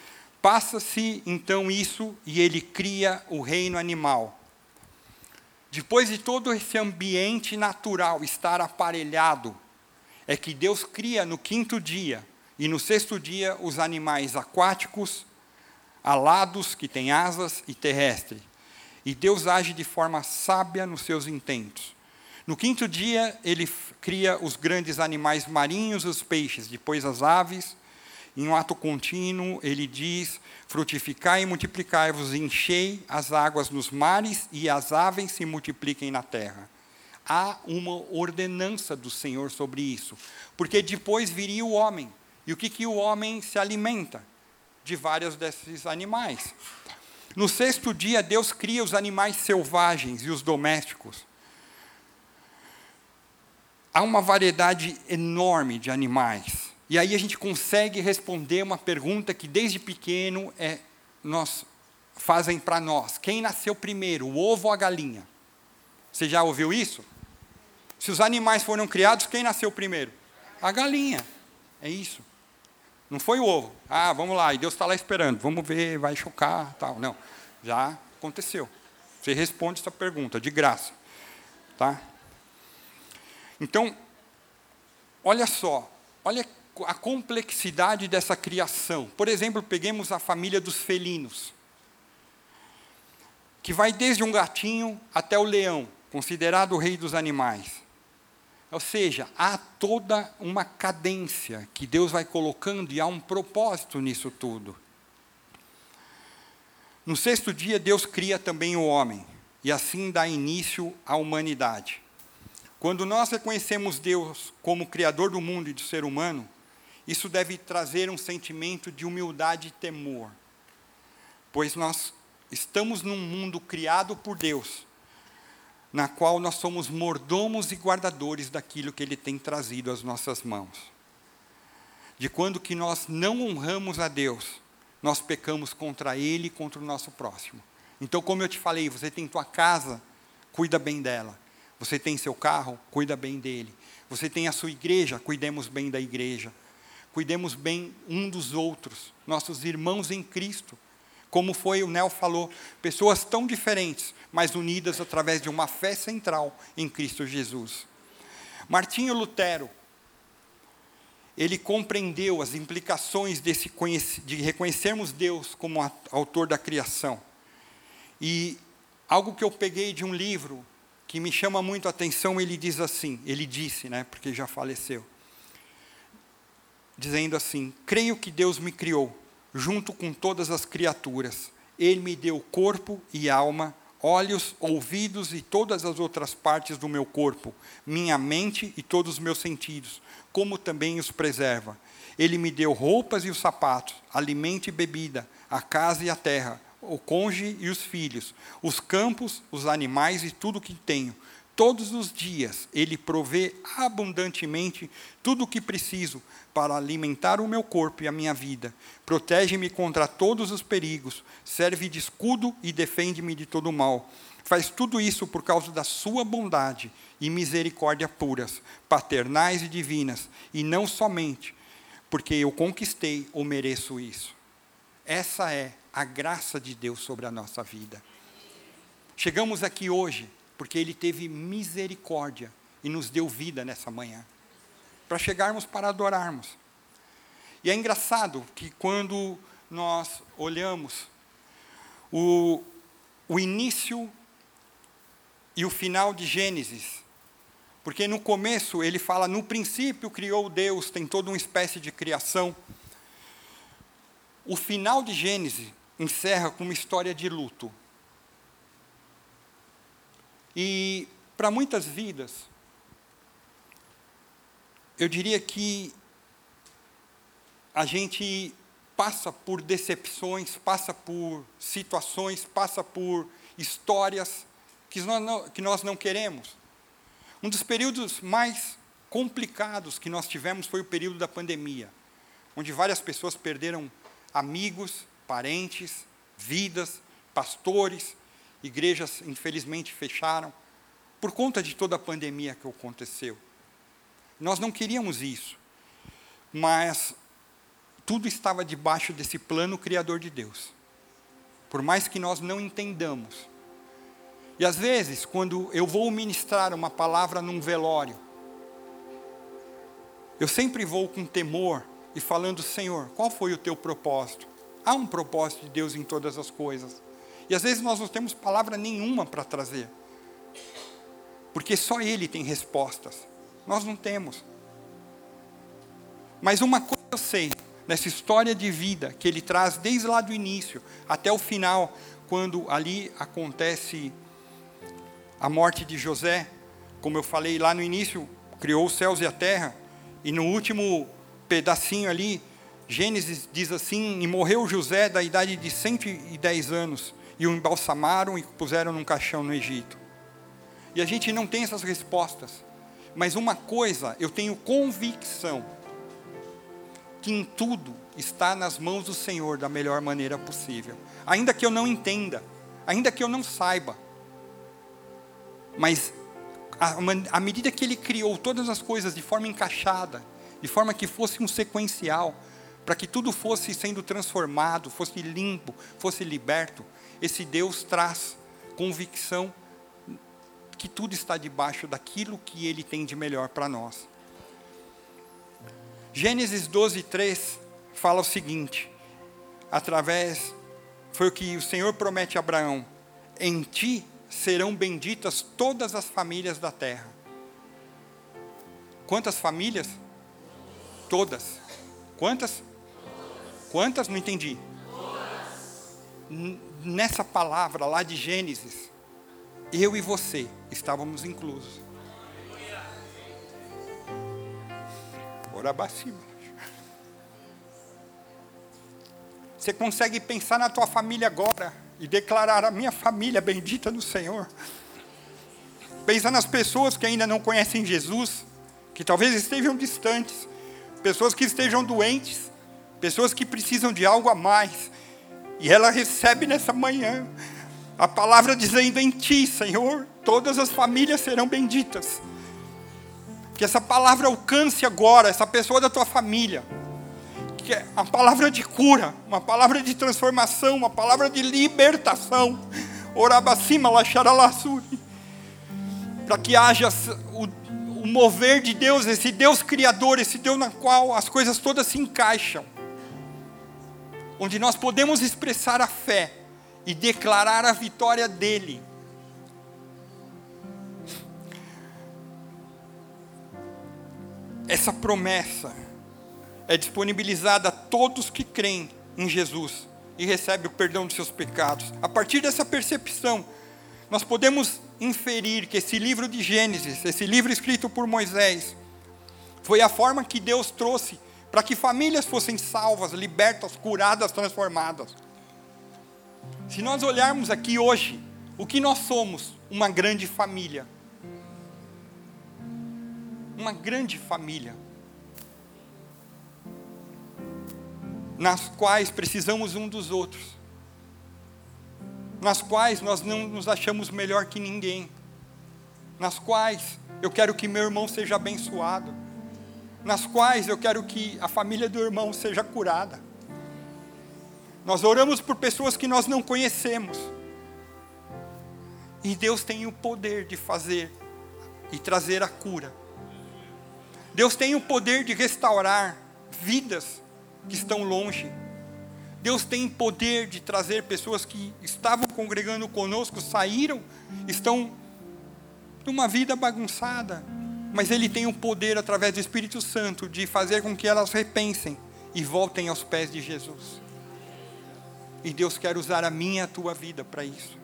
Passa-se então isso e ele cria o reino animal. Depois de todo esse ambiente natural estar aparelhado, é que Deus cria no quinto dia e no sexto dia os animais aquáticos, alados, que têm asas, e terrestres. E Deus age de forma sábia nos seus intentos. No quinto dia, ele cria os grandes animais marinhos e os peixes, depois as aves. Em um ato contínuo, ele diz: frutificai e multiplicai-vos, enchei as águas nos mares, e as aves se multipliquem na terra. Há uma ordenança do Senhor sobre isso, porque depois viria o homem. E o que, que o homem se alimenta? De vários desses animais. No sexto dia, Deus cria os animais selvagens e os domésticos. Há uma variedade enorme de animais. E aí a gente consegue responder uma pergunta que desde pequeno é, nós fazem para nós. Quem nasceu primeiro, o ovo ou a galinha? Você já ouviu isso? Se os animais foram criados, quem nasceu primeiro? A galinha. É isso. Não foi o ovo. Ah, vamos lá, e Deus está lá esperando. Vamos ver, vai chocar, tal. Não, já aconteceu. Você responde essa pergunta, de graça. Tá? Então, olha só, olha a complexidade dessa criação. Por exemplo, peguemos a família dos felinos, que vai desde um gatinho até o leão, considerado o rei dos animais. Ou seja, há toda uma cadência que Deus vai colocando e há um propósito nisso tudo. No sexto dia, Deus cria também o homem, e assim dá início à humanidade. Quando nós reconhecemos Deus como Criador do mundo e do ser humano, isso deve trazer um sentimento de humildade e temor, pois nós estamos num mundo criado por Deus, na qual nós somos mordomos e guardadores daquilo que Ele tem trazido às nossas mãos. De quando que nós não honramos a Deus, nós pecamos contra Ele e contra o nosso próximo. Então, como eu te falei, você tem tua casa, cuida bem dela. Você tem seu carro, cuida bem dele. Você tem a sua igreja, cuidemos bem da igreja. Cuidemos bem um dos outros, nossos irmãos em Cristo. Como foi, o Nel falou, pessoas tão diferentes, mas unidas através de uma fé central em Cristo Jesus. Martinho Lutero, ele compreendeu as implicações desse de reconhecermos Deus como autor da criação. E algo que eu peguei de um livro que me chama muito a atenção, ele diz assim, ele disse, né, porque já faleceu, dizendo assim: creio que Deus me criou, junto com todas as criaturas. Ele me deu corpo e alma, olhos, ouvidos e todas as outras partes do meu corpo, minha mente e todos os meus sentidos, como também os preserva. Ele me deu roupas e os sapatos, alimento e bebida, a casa e a terra, o cônjuge e os filhos, os campos, os animais e tudo o que tenho. Todos os dias Ele provê abundantemente tudo o que preciso para alimentar o meu corpo e a minha vida. Protege-me contra todos os perigos, serve de escudo e defende-me de todo o mal. Faz tudo isso por causa da sua bondade e misericórdia puras, paternais e divinas, e não somente porque eu conquistei ou mereço isso. Essa é a graça de Deus sobre a nossa vida. Chegamos aqui hoje porque Ele teve misericórdia e nos deu vida nessa manhã, para chegarmos para adorarmos. E é engraçado que quando nós olhamos o, o início e o final de Gênesis, porque no começo ele fala, no princípio criou Deus, tem toda uma espécie de criação. O final de Gênesis encerra com uma história de luto. E para muitas vidas, eu diria que a gente passa por decepções, passa por situações, passa por histórias que nós não, que nós não queremos. Um dos períodos mais complicados que nós tivemos foi o período da pandemia, onde várias pessoas perderam amigos, parentes, vidas, pastores, igrejas, infelizmente, fecharam, por conta de toda a pandemia que aconteceu. Nós não queríamos isso, mas tudo estava debaixo desse plano criador de Deus. Por mais que nós não entendamos. E às vezes, quando eu vou ministrar uma palavra num velório, eu sempre vou com temor e falando, Senhor, qual foi o teu propósito? Há um propósito de Deus em todas as coisas. E às vezes nós não temos palavra nenhuma para trazer. Porque só Ele tem respostas. Nós não temos. Mas uma coisa eu sei, nessa história de vida que Ele traz desde lá do início até o final, quando ali acontece a morte de José, como eu falei lá no início, criou os céus e a terra, e no último pedacinho ali, Gênesis diz assim, e morreu José da idade de cento e dez anos, e o embalsamaram e puseram num caixão no Egito. E a gente não tem essas respostas, mas uma coisa, eu tenho convicção, que em tudo está nas mãos do Senhor da melhor maneira possível. Ainda que eu não entenda, ainda que eu não saiba, mas à medida que Ele criou todas as coisas de forma encaixada, de forma que fosse um sequencial, para que tudo fosse sendo transformado, fosse limpo, fosse liberto, esse Deus traz convicção que tudo está debaixo daquilo que Ele tem de melhor para nós. Gênesis doze, três fala o seguinte, através, foi o que o Senhor promete a Abraão, em ti serão benditas todas as famílias da terra. Quantas famílias? Todas. Quantas? Quantas? Não entendi. N- nessa palavra lá de Gênesis, eu e você estávamos inclusos. Ora bacima. Você consegue pensar na tua família agora e declarar a minha família bendita no Senhor? Pensa nas pessoas que ainda não conhecem Jesus, que talvez estejam distantes, pessoas que estejam doentes, pessoas que precisam de algo a mais, e ela recebe nessa manhã a palavra dizendo, em ti, Senhor, todas as famílias serão benditas. Que essa palavra alcance agora essa pessoa da tua família, que é a palavra de cura, uma palavra de transformação, uma palavra de libertação, orabacima, lacharalassuri, para que haja o, o mover de Deus, esse Deus criador, esse Deus na qual as coisas todas se encaixam, onde nós podemos expressar a fé e declarar a vitória dEle. Essa promessa é disponibilizada a todos que creem em Jesus e recebem o perdão dos seus pecados. A partir dessa percepção, nós podemos inferir que esse livro de Gênesis, esse livro escrito por Moisés, foi a forma que Deus trouxe para que famílias fossem salvas, libertas, curadas, transformadas. Se nós olharmos aqui hoje, o que nós somos? Uma grande família. Uma grande família. Nas quais precisamos um dos outros. Nas quais nós não nos achamos melhor que ninguém. Nas quais eu quero que meu irmão seja abençoado. Nas quais eu quero que a família do irmão seja curada. Nós oramos por pessoas que nós não conhecemos. E Deus tem o poder de fazer e trazer a cura. Deus tem o poder de restaurar vidas que estão longe. Deus tem poder de trazer pessoas que estavam congregando conosco, saíram, estão numa vida bagunçada, mas Ele tem o poder, através do Espírito Santo, de fazer com que elas repensem e voltem aos pés de Jesus. E Deus quer usar a minha e a tua vida para isso.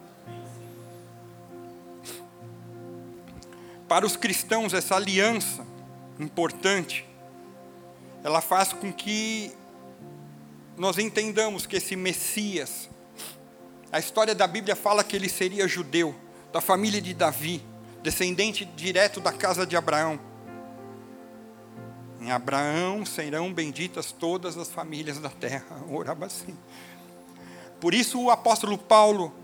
Para os cristãos, essa aliança importante, ela faz com que nós entendamos que esse Messias, a história da Bíblia fala que ele seria judeu, da família de Davi, descendente direto da casa de Abraão. Em Abraão serão benditas todas as famílias da terra. Orava assim. Por isso o apóstolo Paulo,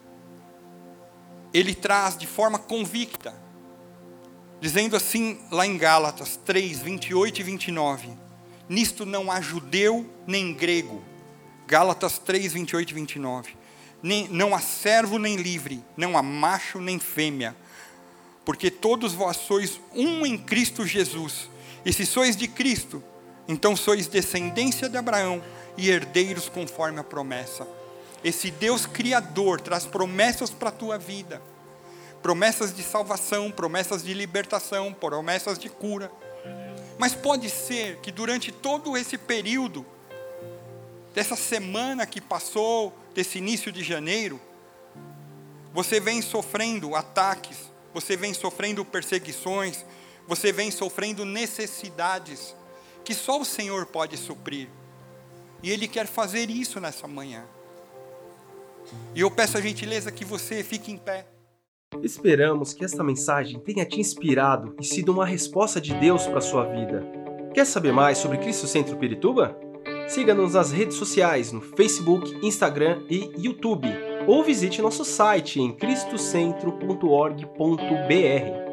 ele traz de forma convicta, dizendo assim lá em Gálatas três, vinte e oito e vinte e nove, Nisto não há judeu nem grego. Gálatas três, vinte e oito e vinte e nove. Nem, não há servo nem livre, não há macho nem fêmea, porque todos vós sois um em Cristo Jesus. E se sois de Cristo, então sois descendência de Abraão e herdeiros conforme a promessa. Esse Deus Criador traz promessas para a tua vida. Promessas de salvação, promessas de libertação, promessas de cura. Mas pode ser que durante todo esse período, dessa semana que passou, desse início de janeiro, você vem sofrendo ataques, você vem sofrendo perseguições, você vem sofrendo necessidades que só o Senhor pode suprir. E Ele quer fazer isso nessa manhã. E eu peço a gentileza que você fique em pé. Esperamos que esta mensagem tenha te inspirado e sido uma resposta de Deus para a sua vida. Quer saber mais sobre Cristo Centro Pirituba? Siga-nos nas redes sociais no Facebook, Instagram e YouTube. Ou visite nosso site em cristo centro ponto org ponto br.